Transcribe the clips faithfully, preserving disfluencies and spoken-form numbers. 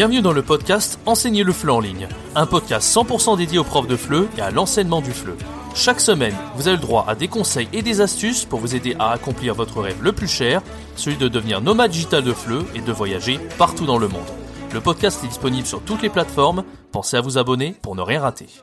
Bienvenue dans le podcast Enseigner le F L E en ligne, un podcast cent pour cent dédié aux profs de F L E et à l'enseignement du F L E. Chaque semaine, vous avez le droit à des conseils et des astuces pour vous aider à accomplir votre rêve le plus cher, celui de devenir nomade digital de F L E et de voyager partout dans le monde. Le podcast est disponible sur toutes les plateformes, pensez à vous abonner pour ne rien rater.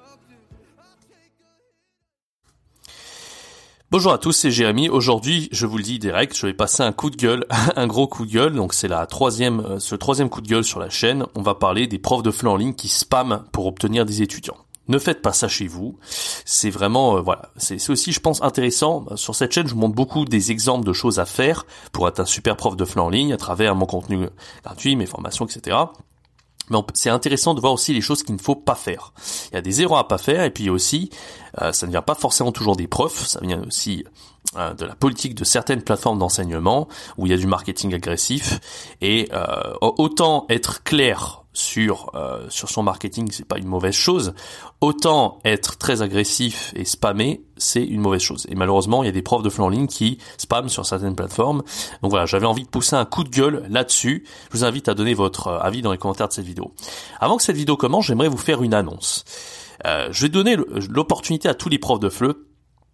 Bonjour à tous, c'est Jérémy. Aujourd'hui, je vous le dis direct, je vais passer un coup de gueule, un gros coup de gueule. Donc c'est la troisième, euh, ce troisième coup de gueule sur la chaîne. On va parler des profs de F L E en ligne qui spamment pour obtenir des étudiants. Ne faites pas ça chez vous. C'est vraiment, euh, voilà, c'est, c'est aussi, je pense, intéressant. Sur cette chaîne, je vous montre beaucoup des exemples de choses à faire pour être un super prof de F L E en ligne à travers mon contenu gratuit, mes formations, et cetera. Mais on, c'est intéressant de voir aussi les choses qu'il ne faut pas faire. Il y a des erreurs à pas faire, et puis aussi, euh, ça ne vient pas forcément toujours des profs, ça vient aussi euh, de la politique de certaines plateformes d'enseignement, où il y a du marketing agressif, et euh, autant être clair sur euh, sur son marketing, c'est pas une mauvaise chose, autant être très agressif et spammer, c'est une mauvaise chose. Et malheureusement, il y a des profs de F L E en ligne qui spamment sur certaines plateformes. Donc voilà, j'avais envie de pousser un coup de gueule là-dessus. Je vous invite à donner votre avis dans les commentaires de cette vidéo. Avant que cette vidéo commence, j'aimerais vous faire une annonce. Euh, je vais donner l'opportunité à tous les profs de F L E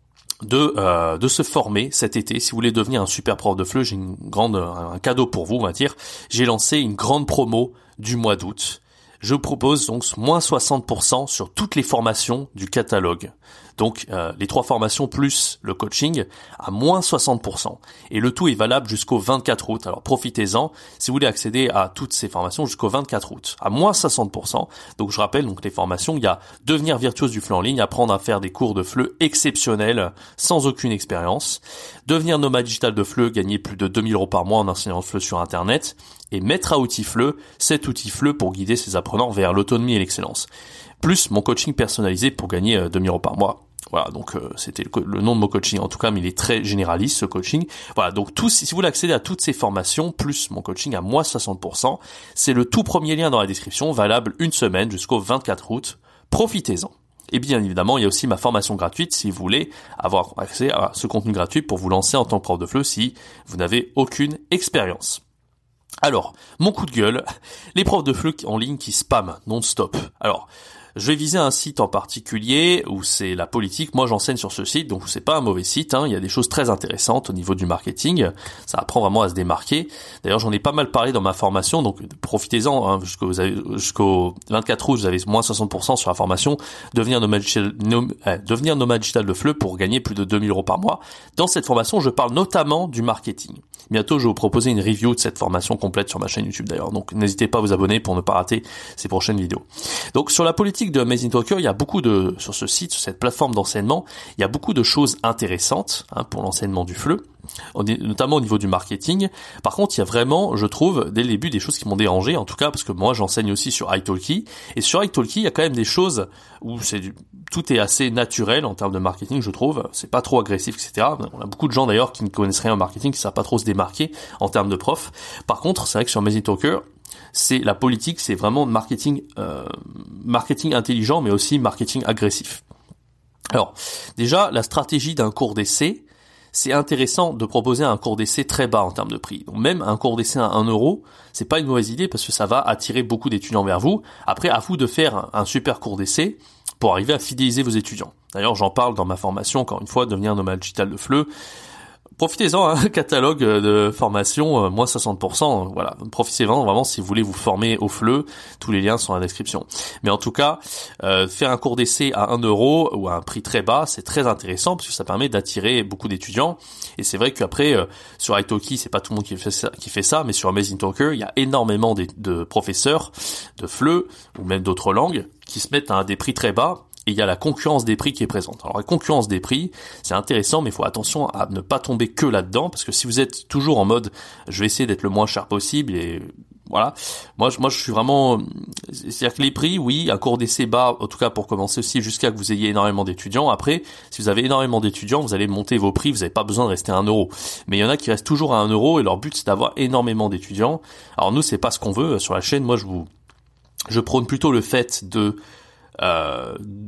de euh, de se former cet été. Si vous voulez devenir un super prof de F L E, j'ai une grande un cadeau pour vous, on va dire. J'ai lancé une grande promo du mois d'août. Je propose donc moins soixante pour cent sur toutes les formations du catalogue. Donc euh, les trois formations plus le coaching à moins soixante pour cent. Et le tout est valable jusqu'au vingt-quatre août. Alors profitez-en si vous voulez accéder à toutes ces formations jusqu'au vingt-quatre août. À moins soixante pour cent. Donc je rappelle donc les formations, il y a devenir virtuose du F L E en ligne, apprendre à faire des cours de F L E exceptionnels sans aucune expérience. Devenir nomade digital de F L E, gagner plus de deux mille euros par mois en enseignant F L E sur Internet. Et mettre à outil F L E, cet outil F L E pour guider ses apprenants vers l'autonomie et l'excellence. Plus mon coaching personnalisé pour gagner deux mille euros par mois. Voilà, donc euh, c'était le, le nom de mon coaching en tout cas, mais il est très généraliste ce coaching. Voilà, donc tout, si vous voulez accéder à toutes ces formations, plus mon coaching à moins soixante pour cent, c'est le tout premier lien dans la description, valable une semaine jusqu'au vingt-quatre août. Profitez-en. Et bien évidemment, il y a aussi ma formation gratuite si vous voulez avoir accès à ce contenu gratuit pour vous lancer en tant que prof de F L E si vous n'avez aucune expérience. Alors, mon coup de gueule, les profs de F L E en ligne qui spamment non-stop. Alors, je vais viser un site en particulier où c'est la politique. Moi, j'enseigne sur ce site, donc c'est pas un mauvais site, hein. Il y a des choses très intéressantes au niveau du marketing. Ça apprend vraiment à se démarquer. D'ailleurs, j'en ai pas mal parlé dans ma formation, donc profitez-en, hein, jusqu'au, jusqu'au vingt-quatre août, vous avez moins soixante pour cent sur la formation devenir nomade digital, nom, euh, devenir nomade digital de F L E pour gagner plus de deux mille euros par mois. Dans cette formation, je parle notamment du marketing. Bientôt, je vais vous proposer une review de cette formation complète sur ma chaîne YouTube d'ailleurs. Donc, n'hésitez pas à vous abonner pour ne pas rater ces prochaines vidéos. Donc, sur la politique de Amazing Talker, il y a beaucoup de, sur ce site, sur cette plateforme d'enseignement, il y a beaucoup de choses intéressantes, hein, pour l'enseignement du F L E, notamment au niveau du marketing. Par contre, il y a vraiment, je trouve, dès le début, des choses qui m'ont dérangé, en tout cas, parce que moi, j'enseigne aussi sur italki, et sur italki, il y a quand même des choses où c'est du, tout est assez naturel en termes de marketing, je trouve. C'est pas trop agressif, et cetera. On a beaucoup de gens d'ailleurs qui ne connaissent rien au marketing, qui savent pas trop se démarquer en termes de prof. Par contre, c'est vrai que sur Amazing Talker, c'est la politique, c'est vraiment marketing, euh, marketing intelligent, mais aussi marketing agressif. Alors, déjà, la stratégie d'un cours d'essai, c'est intéressant de proposer un cours d'essai très bas en termes de prix. Donc même un cours d'essai à un euro, c'est pas une mauvaise idée parce que ça va attirer beaucoup d'étudiants vers vous. Après, à vous de faire un super cours d'essai pour arriver à fidéliser vos étudiants. D'ailleurs, j'en parle dans ma formation, encore une fois, devenir nomade digital de F L E. Profitez-en, hein, catalogue de formation, euh, moins soixante pour cent, voilà. Profitez-en vraiment si vous voulez vous former au F L E, tous les liens sont dans la description. Mais en tout cas, euh, faire un cours d'essai à un euro ou à un prix très bas, c'est très intéressant parce que ça permet d'attirer beaucoup d'étudiants. Et c'est vrai qu'après, euh, sur italki, c'est pas tout le monde qui fait ça, qui fait ça, mais sur Amazing Talker, il y a énormément de, de professeurs de F L E ou même d'autres langues qui se mettent à des prix très bas. Et il y a la concurrence des prix qui est présente. Alors la concurrence des prix, c'est intéressant, mais il faut attention à ne pas tomber que là-dedans, parce que si vous êtes toujours en mode « je vais essayer d'être le moins cher possible » et voilà, moi, moi je suis vraiment... C'est-à-dire que les prix, oui, un cours d'essai bas, en tout cas pour commencer aussi, jusqu'à que vous ayez énormément d'étudiants. Après, si vous avez énormément d'étudiants, vous allez monter vos prix, vous n'avez pas besoin de rester à un euro. Mais il y en a qui restent toujours à un euro et leur but c'est d'avoir énormément d'étudiants. Alors nous, c'est pas ce qu'on veut sur la chaîne. Moi, je vous... Je prône plutôt le fait de... Euh,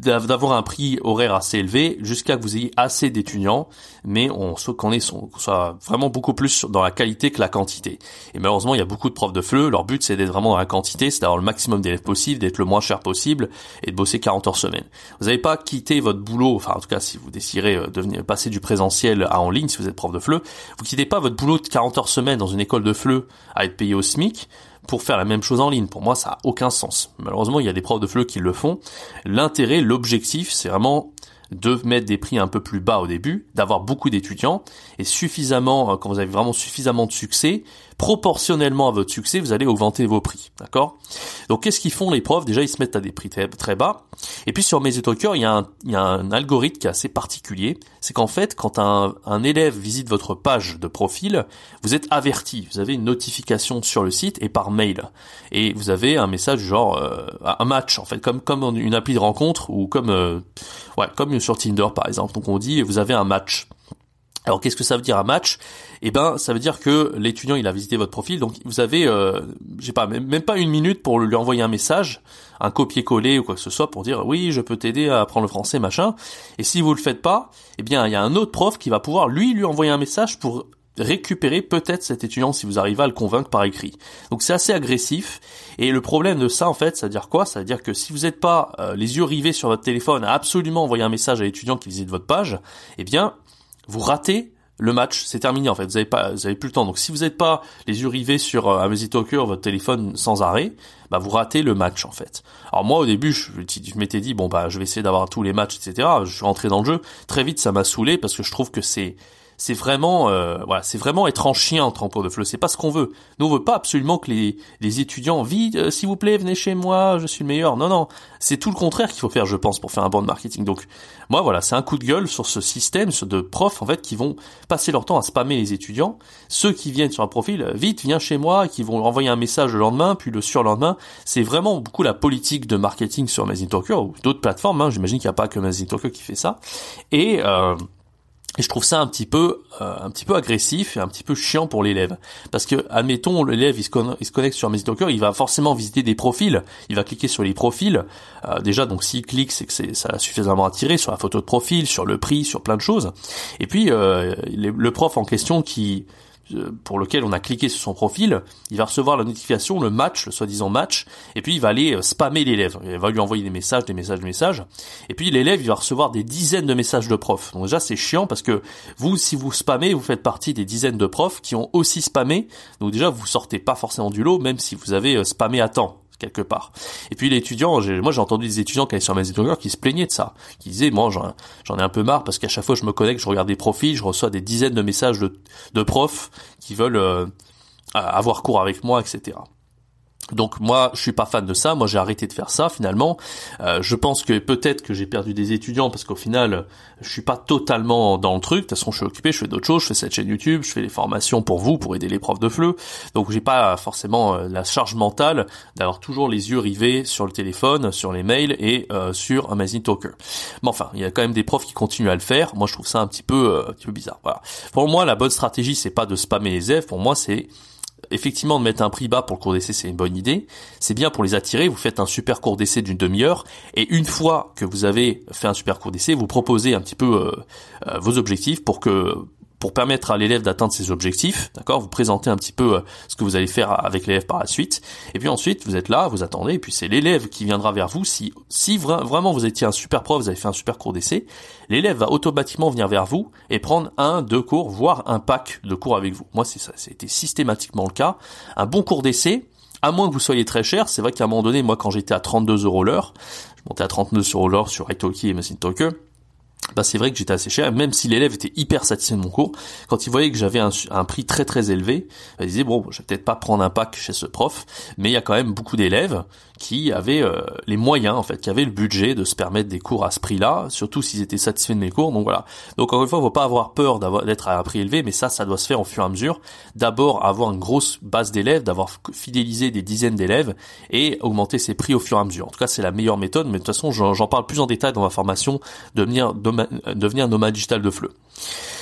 d'avoir un prix horaire assez élevé jusqu'à que vous ayez assez d'étudiants, mais on soit qu'on est qu'on soit vraiment beaucoup plus dans la qualité que la quantité. Et malheureusement, il y a beaucoup de profs de F L E, leur but c'est d'être vraiment dans la quantité, c'est d'avoir le maximum d'élèves possible, d'être le moins cher possible et de bosser quarante heures semaine. Vous n'avez pas quitté votre boulot, enfin en tout cas si vous désirez devenir passer du présentiel à en ligne, si vous êtes prof de F L E, vous quittez pas votre boulot de quarante heures semaine dans une école de F L E à être payé au SMIC pour faire la même chose en ligne. Pour moi, ça a aucun sens. Malheureusement, il y a des profs de F L E qui le font. L'intérêt, l'objectif, c'est vraiment de mettre des prix un peu plus bas au début, d'avoir beaucoup d'étudiants et suffisamment, quand vous avez vraiment suffisamment de succès, proportionnellement à votre succès, vous allez augmenter vos prix, d'accord? Donc qu'est-ce qu'ils font les profs? Déjà, ils se mettent à des prix très, très bas. Et puis sur MaisonTalker, il y a un, il y a un algorithme qui est assez particulier. C'est qu'en fait, quand un, un élève visite votre page de profil, vous êtes averti. Vous avez une notification sur le site et par mail. Et vous avez un message genre euh, un match en fait, comme comme une appli de rencontre ou comme euh, ouais comme sur Tinder par exemple. Donc on dit vous avez un match. Alors qu'est-ce que ça veut dire un match? Eh ben ça veut dire que l'étudiant il a visité votre profil, donc vous avez euh, j'ai pas même, même pas une minute pour lui envoyer un message, un copier-coller ou quoi que ce soit pour dire oui je peux t'aider à apprendre le français machin. Et si vous le faites pas, eh bien il y a un autre prof qui va pouvoir lui lui envoyer un message pour récupérer peut-être cet étudiant si vous arrivez à le convaincre par écrit. Donc c'est assez agressif et le problème de ça en fait, ça veut dire quoi? Ça veut dire que si vous n'êtes pas euh, les yeux rivés sur votre téléphone à absolument envoyer un message à l'étudiant qui visite votre page, eh bien vous ratez le match, c'est terminé en fait, vous avez pas, vous avez plus le temps. Donc si vous n'êtes pas les yeux rivés sur euh, un MaisonTalker, votre téléphone sans arrêt, bah vous ratez le match en fait. Alors moi au début, je, je m'étais dit bon bah je vais essayer d'avoir tous les matchs, et cetera. Je suis rentré dans le jeu. Très vite ça m'a saoulé parce que je trouve que c'est c'est vraiment euh, voilà, c'est vraiment être en chien en prof de F L E, c'est pas ce qu'on veut. Nous on veut pas absolument que les les étudiants vite euh, s'il vous plaît, venez chez moi, je suis le meilleur. Non non, c'est tout le contraire qu'il faut faire je pense pour faire un bon marketing. Donc moi voilà, c'est un coup de gueule sur ce système de profs en fait qui vont passer leur temps à spammer les étudiants, ceux qui viennent sur un profil, vite viens chez moi, qui vont envoyer un message le lendemain, puis le surlendemain. C'est vraiment beaucoup la politique de marketing sur MaisonTalker ou d'autres plateformes, hein. J'imagine qu'il n'y a pas que MaisonTalker qui fait ça. Et euh, Et je trouve ça un petit peu, euh, un petit peu agressif et un petit peu chiant pour l'élève. Parce que, admettons, l'élève, il se, con- il se connecte sur MaisonTalker, il va forcément visiter des profils. Il va cliquer sur les profils. Euh, déjà, donc, s'il clique, c'est que c'est, ça a suffisamment attiré sur la photo de profil, sur le prix, sur plein de choses. Et puis, euh, les, le prof en question qui, pour lequel on a cliqué sur son profil, il va recevoir la notification, le match, le soi-disant match, et puis il va aller spammer l'élève. Il va lui envoyer des messages, des messages, des messages, et puis l'élève, il va recevoir des dizaines de messages de profs. Donc déjà, c'est chiant parce que vous, si vous spammez, vous faites partie des dizaines de profs qui ont aussi spammé. Donc déjà, vous sortez pas forcément du lot, même si vous avez spammé à temps quelque part. Et puis l'étudiant, j'ai, moi j'ai entendu des étudiants qui allaient sur MaisonTalker qui se plaignaient de ça, qui disaient moi j'en, j'en ai un peu marre parce qu'à chaque fois que je me connecte, je regarde des profils, je reçois des dizaines de messages de, de profs qui veulent euh, avoir cours avec moi, et cetera. Donc moi je suis pas fan de ça, moi j'ai arrêté de faire ça finalement. Euh, je pense que peut-être que j'ai perdu des étudiants parce qu'au final je suis pas totalement dans le truc. De toute façon je suis occupé, je fais d'autres choses, je fais cette chaîne YouTube, je fais des formations pour vous, pour aider les profs de F L E. Donc j'ai pas forcément euh, la charge mentale d'avoir toujours les yeux rivés sur le téléphone, sur les mails et euh, sur un MaisonTalker. Mais enfin il y a quand même des profs qui continuent à le faire. Moi je trouve ça un petit peu, euh, un petit peu bizarre. Voilà. Pour moi la bonne stratégie c'est pas de spammer les élèves, pour moi c'est effectivement de mettre un prix bas pour le cours d'essai, c'est une bonne idée. C'est bien pour les attirer, vous faites un super cours d'essai d'une demi-heure et une fois que vous avez fait un super cours d'essai, vous proposez un petit peu euh, euh, vos objectifs pour que pour permettre à l'élève d'atteindre ses objectifs, d'accord? Vous présentez un petit peu euh, ce que vous allez faire avec l'élève par la suite et puis ensuite vous êtes là, vous attendez et puis c'est l'élève qui viendra vers vous si si vra- vraiment vous étiez un super prof, vous avez fait un super cours d'essai, l'élève va automatiquement venir vers vous et prendre un, deux cours, voire un pack de cours avec vous. Moi c'est ça, c'était systématiquement le cas. Un bon cours d'essai, à moins que vous soyez très cher, c'est vrai qu'à un moment donné, moi quand j'étais à trente-deux euros l'heure, je montais à trente-deux euros l'heure sur Italki et MaisonTalker, bah c'est vrai que j'étais assez cher, même si l'élève était hyper satisfait de mon cours, quand il voyait que j'avais un, un prix très très élevé, il disait bon, je vais peut-être pas prendre un pack chez ce prof, mais il y a quand même beaucoup d'élèves qui avaient euh, les moyens en fait, qui avaient le budget de se permettre des cours à ce prix-là, surtout s'ils étaient satisfaits de mes cours. Donc voilà. Donc encore une fois, il faut pas avoir peur d'avoir, d'être à un prix élevé, mais ça, ça doit se faire au fur et à mesure. D'abord avoir une grosse base d'élèves, d'avoir fidélisé des dizaines d'élèves et augmenter ses prix au fur et à mesure. En tout cas, c'est la meilleure méthode, mais de toute façon, j'en, j'en parle plus en détail dans ma formation Devenir, devenir nomade digital de F L E.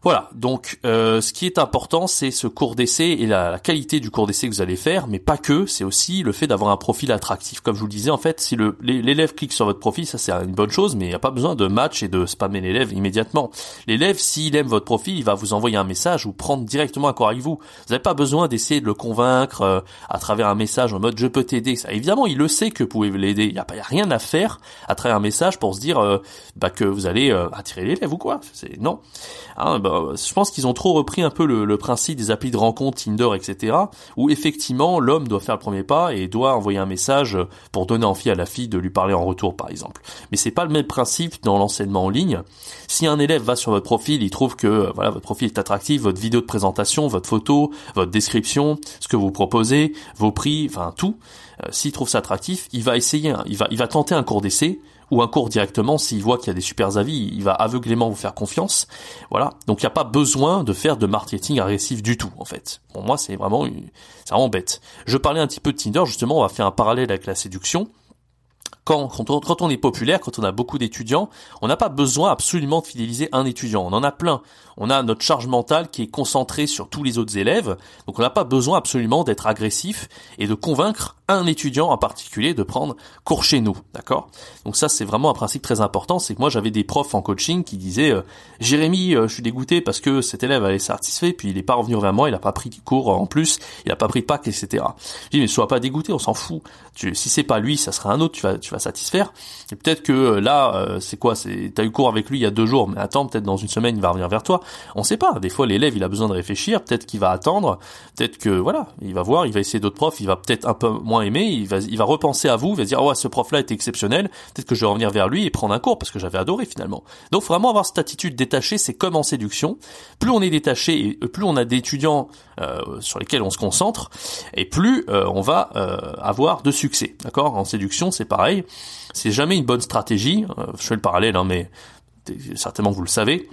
Voilà, donc euh, ce qui est important, c'est ce cours d'essai et la, la qualité du cours d'essai que vous allez faire, mais pas que, c'est aussi le fait d'avoir un profil attractif. Comme je vous le disais, en fait, si le, l'élève clique sur votre profil, ça c'est une bonne chose, mais il n'y a pas besoin de match et de spammer l'élève immédiatement. L'élève, s'il aime votre profil, il va vous envoyer un message ou prendre directement un cours avec vous. Vous n'avez pas besoin d'essayer de le convaincre euh, à travers un message en mode « je peux t'aider ». Ça, évidemment, il le sait que vous pouvez l'aider. Il n'y a, a rien à faire à travers un message pour se dire euh, bah, que vous allez euh, attirer l'élève ou quoi. C'est, non. Hein, bah, je pense qu'ils ont trop repris un peu le, le principe des applis de rencontre, Tinder, et cetera, où effectivement l'homme doit faire le premier pas et doit envoyer un message pour donner envie à la fille de lui parler en retour, par exemple. Mais c'est pas le même principe dans l'enseignement en ligne. Si un élève va sur votre profil, il trouve que voilà votre profil est attractif, votre vidéo de présentation, votre photo, votre description, ce que vous proposez, vos prix, enfin tout. Euh, s'il trouve ça attractif, il va essayer, hein, il va, il va tenter un cours d'essai. Ou un cours directement, s'il voit qu'il y a des super avis, il va aveuglément vous faire confiance. Voilà. Donc il n'y a pas besoin de faire de marketing agressif du tout, en fait. Pour moi, c'est vraiment, c'est vraiment bête. Je parlais un petit peu de Tinder, justement, on va faire un parallèle avec la séduction. Quand, quand, on, quand on est populaire, quand on a beaucoup d'étudiants, on n'a pas besoin absolument de fidéliser un étudiant. On en a plein. On a notre charge mentale qui est concentrée sur tous les autres élèves. Donc on n'a pas besoin absolument d'être agressif et de convaincre un étudiant en particulier de prendre cours chez nous. D'accord ? Donc ça, c'est vraiment un principe très important. C'est que moi, j'avais des profs en coaching qui disaient euh, « Jérémy, euh, je suis dégoûté parce que cet élève allait satisfait, puis il est pas revenu vers moi, il a pas pris de cours en plus, il a pas pris de pack, et cetera » Je dis « Mais sois pas dégoûté, on s'en fout. Tu, si c'est pas lui, ça sera un autre, tu vas, tu vas satisfaire. Et peut-être que euh, là, euh, c'est quoi, c'est, t'as eu cours avec lui il y a deux jours, mais attends, peut-être dans une semaine, il va revenir vers toi. On sait pas. Des fois, l'élève, il a besoin de réfléchir. Peut-être qu'il va attendre. Peut-être que, voilà, il va voir, il va essayer d'autres profs. Il va peut-être un peu moins aimer. Il va, il va repenser à vous. Il va se dire, oh, ouais, ce prof-là était exceptionnel. Peut-être que je vais revenir vers lui et prendre un cours parce que j'avais adoré finalement. Donc, faut vraiment avoir cette attitude détachée. C'est comme en séduction. Plus on est détaché et plus on a d'étudiants euh, sur lesquels on se concentre, et plus euh, on va euh, avoir de succès. D'accord ? En séduction, c'est pareil. C'est jamais une bonne stratégie. Euh, je fais le parallèle, hein, mais certainement vous le savez.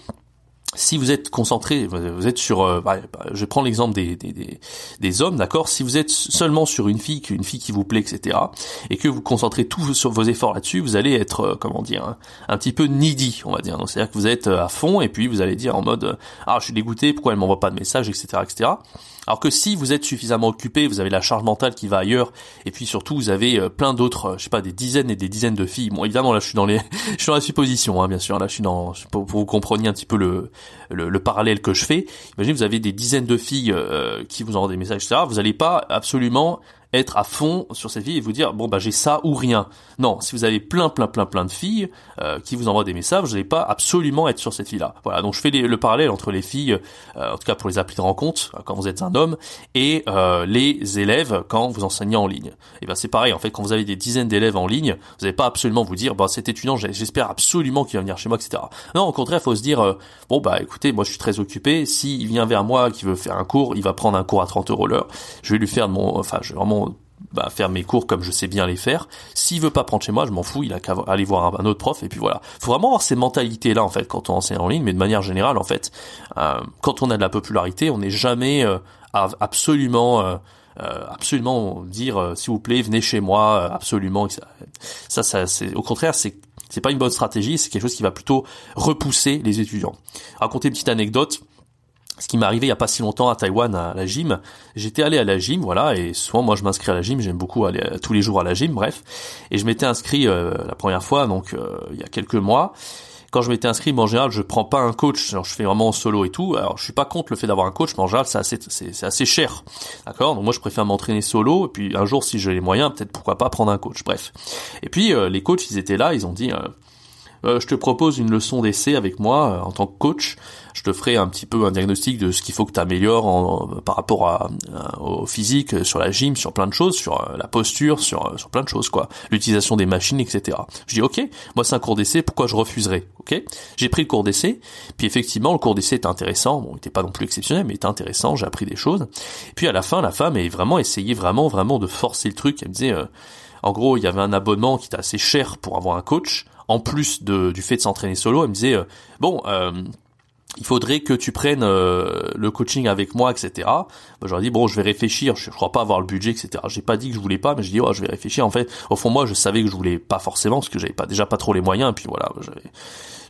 Si vous êtes concentré, vous êtes sur, euh, bah, je prends l'exemple des, des, des, des hommes, d'accord. Si vous êtes seulement sur une fille, une fille qui vous plaît, et cetera, et que vous concentrez tous sur vos efforts là-dessus, vous allez être, euh, comment dire, hein, un petit peu needy, on va dire. Donc c'est-à-dire que vous êtes à fond, et puis vous allez dire en mode, euh, ah, je suis dégoûté, pourquoi elle m'envoie pas de message, et cetera, et cetera. Alors que si vous êtes suffisamment occupé, vous avez la charge mentale qui va ailleurs, et puis surtout vous avez euh, plein d'autres, euh, je sais pas, des dizaines et des dizaines de filles. Bon, évidemment là, je suis dans les, je suis dans la supposition, hein, bien sûr. Là, je suis dans, pour, pour vous compreniez un petit peu le, le, le parallèle que je fais. Imaginez, vous avez des dizaines de filles euh, qui vous envoient des messages, et cetera. Vous n'allez pas absolument être à fond sur cette fille et vous dire bon bah j'ai ça ou rien. Non, si vous avez plein plein plein plein de filles euh, qui vous envoient des messages, vous n'allez pas absolument être sur cette fille-là. Voilà, donc je fais les, le parallèle entre les filles, euh, en tout cas pour les applis de rencontre quand vous êtes un homme, et euh, les élèves quand vous enseignez en ligne. Et ben c'est pareil en fait, quand vous avez des dizaines d'élèves en ligne, vous n'allez pas absolument vous dire bah cet étudiant j'espère absolument qu'il va venir chez moi, et cetera. Non, au contraire, il faut se dire euh, bon bah écoutez, moi je suis très occupé, s'il vient vers moi qui veut faire un cours, il va prendre un cours à trente euros l'heure, je vais lui faire de mon, enfin je vais vraiment bah, faire mes cours comme je sais bien les faire. S'il veut pas prendre chez moi, je m'en fous, il a qu'à aller voir un, un autre prof, et puis voilà. Faut vraiment avoir ces mentalités-là, en fait, quand on enseigne en ligne, mais de manière générale, en fait, euh, quand on a de la popularité, on n'est jamais euh, absolument... Euh, Euh, absolument dire euh, s'il vous plaît venez chez moi euh, absolument ça ça c'est au contraire c'est c'est pas une bonne stratégie, c'est quelque chose qui va plutôt repousser les étudiants. Raconter une petite anecdote. Ce qui m'est arrivé il y a pas si longtemps à Taïwan à la gym, j'étais allé à la gym, voilà, et souvent moi je m'inscris à la gym, j'aime beaucoup aller à, tous les jours à la gym, bref, et je m'étais inscrit euh, la première fois donc euh, il y a quelques mois. Quand je m'étais inscrit, moi, en général, je prends pas un coach, genre, je fais vraiment en solo et tout. Alors, je suis pas contre le fait d'avoir un coach, mais en général, c'est assez, c'est, c'est assez cher. D'accord? Donc, moi, je préfère m'entraîner solo, et puis, un jour, si j'ai les moyens, peut-être, pourquoi pas prendre un coach. Bref. Et puis, euh, les coachs, ils étaient là, ils ont dit, euh, euh, je te propose une leçon d'essai avec moi, euh, en tant que coach. Je te ferai un petit peu un diagnostic de ce qu'il faut que tu améliores en, par rapport à, à, au physique, sur la gym, sur plein de choses, sur euh, la posture, sur, sur plein de choses, quoi. L'utilisation des machines, et cetera. Je dis, ok, moi c'est un cours d'essai, pourquoi je refuserais? Ok? J'ai pris le cours d'essai, puis effectivement, le cours d'essai était intéressant, bon, il était pas non plus exceptionnel, mais il était intéressant, j'ai appris des choses. Et puis à la fin, la femme a vraiment essayé vraiment, vraiment de forcer le truc. Elle me disait, euh, en gros, il y avait un abonnement qui était assez cher pour avoir un coach, en plus de, du fait de s'entraîner solo. Elle me disait, euh, bon, euh, il faudrait que tu prennes euh, le coaching avec moi, et cetera. Bah, j'aurais dit bon, je vais réfléchir. Je, je crois pas avoir le budget, et cetera. J'ai pas dit que je voulais pas, mais je dis oh, je vais réfléchir. En fait, au fond, moi, je savais que je voulais pas forcément parce que j'avais pas déjà pas trop les moyens. Et puis voilà, j'avais,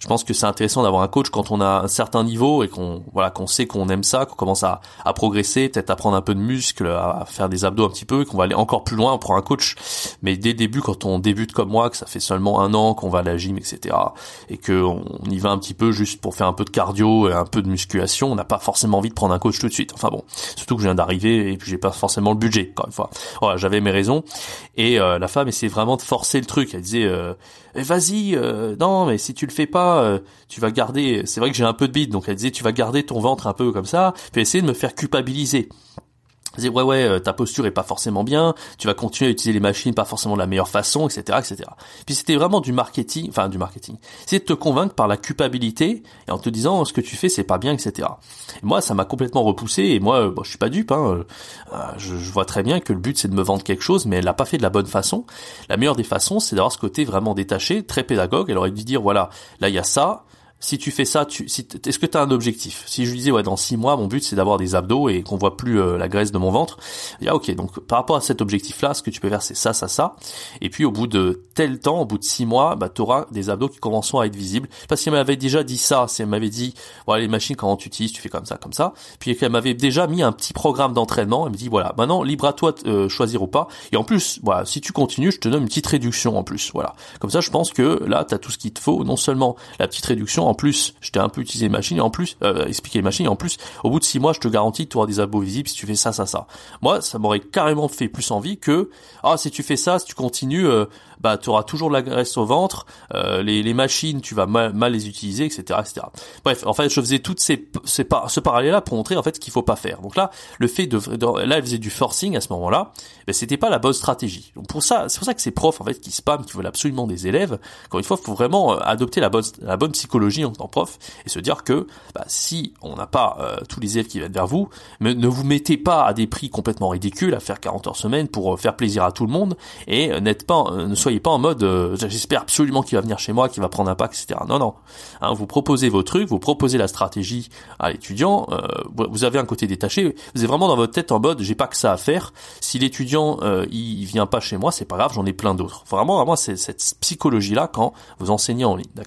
Je pense que c'est intéressant d'avoir un coach quand on a un certain niveau et qu'on voilà qu'on sait qu'on aime ça, qu'on commence à, à progresser, peut-être à prendre un peu de muscle, à faire des abdos un petit peu, et qu'on va aller encore plus loin, on prend un coach. Mais dès le début, quand on débute comme moi, que ça fait seulement un an qu'on va à la gym, et cetera, et que on y va un petit peu juste pour faire un peu de cardio et un peu de musculation, on n'a pas forcément envie de prendre un coach tout de suite. Enfin bon, surtout que je viens d'arriver et puis j'ai pas forcément le budget. Encore une fois, voilà, j'avais mes raisons. Et euh, la femme essayait vraiment de forcer le truc. Elle disait euh, eh, vas-y, euh, non, mais si tu le fais pas, euh, tu vas garder. C'est vrai que j'ai un peu de bide, donc elle disait tu vas garder ton ventre un peu comme ça. Puis essayer de me faire culpabiliser. Elle disait ouais ouais, ta posture est pas forcément bien, tu vas continuer à utiliser les machines pas forcément de la meilleure façon, et cetera, et cetera. Puis c'était vraiment du marketing, enfin du marketing. C'est de te convaincre par la culpabilité et en te disant ce que tu fais c'est pas bien, et cetera. Et moi ça m'a complètement repoussé et moi bon, je suis pas dupe, hein. Je, je vois très bien que le but c'est de me vendre quelque chose, mais elle l'a pas fait de la bonne façon. La meilleure des façons c'est d'avoir ce côté vraiment détaché, très pédagogue. Elle aurait dû dire voilà, là il y a ça. Si tu fais ça, tu, si, est-ce que tu as un objectif? Si je lui disais, ouais, dans six mois, mon but, c'est d'avoir des abdos et qu'on voit plus euh, la graisse de mon ventre, il y a, ok, donc par rapport à cet objectif-là, ce que tu peux faire, c'est ça, ça, ça. Et puis, au bout de tel temps, au bout de six mois, bah, tu auras des abdos qui commenceront à être visibles. Parce qu'elle m'avait déjà dit ça, si elle m'avait dit, voilà, les machines, quand tu utilises, tu fais comme ça, comme ça. Puis, elle m'avait déjà mis un petit programme d'entraînement. Elle me dit, voilà, maintenant, libre à toi de euh, choisir ou pas. Et en plus, voilà, si tu continues, je te donne une petite réduction en plus. Voilà. Comme ça, je pense que là, tu as tout ce qu'il te faut. Non seulement la petite réduction, en plus, je t'ai un peu utilisé les machines et en plus, euh, expliqué les machines et en plus, au bout de six mois, je te garantis que tu auras des abdos visibles si tu fais ça, ça, ça. Moi, ça m'aurait carrément fait plus envie que, ah, si tu fais ça, si tu continues, euh, bah, tu auras toujours de la graisse au ventre, euh, les, les machines, tu vas mal, mal les utiliser, et cetera, et cetera. Bref, en fait, je faisais toutes ces, ces par, ce parallèle-là pour montrer, en fait, ce qu'il faut pas faire. Donc là, le fait de, de là, elle faisait du forcing à ce moment-là, ben, c'était pas la bonne stratégie. Donc pour ça, c'est pour ça que ces profs, en fait, qui spamment, qui veulent absolument des élèves, encore une fois, il faut vraiment adopter la bonne, la bonne psychologie en tant que prof et se dire que, bah, si on n'a pas euh, tous les élèves qui viennent vers vous, mais ne vous mettez pas à des prix complètement ridicules, à faire quarante heures semaine pour euh, faire plaisir à tout le monde et euh, n'êtes pas, euh, ne soyez pas en mode euh, j'espère absolument qu'il va venir chez moi, qu'il va prendre un pack, et cetera. Non, non. Hein, vous proposez vos trucs, vous proposez la stratégie à l'étudiant, euh, vous avez un côté détaché, vous êtes vraiment dans votre tête en mode j'ai pas que ça à faire. Si l'étudiant euh, il, il vient pas chez moi, c'est pas grave, j'en ai plein d'autres. Vraiment, vraiment, c'est cette psychologie-là quand vous enseignez en ligne, d'accord ?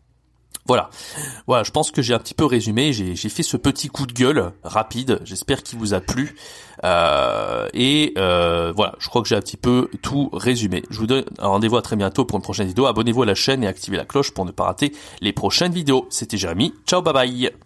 Voilà, voilà. Je pense que j'ai un petit peu résumé. J'ai, j'ai fait ce petit coup de gueule rapide. J'espère qu'il vous a plu. Euh, et euh, voilà, je crois que j'ai un petit peu tout résumé. Je vous donne un rendez-vous à très bientôt pour une prochaine vidéo. Abonnez-vous à la chaîne et activez la cloche pour ne pas rater les prochaines vidéos. C'était Jérémy. Ciao, bye bye.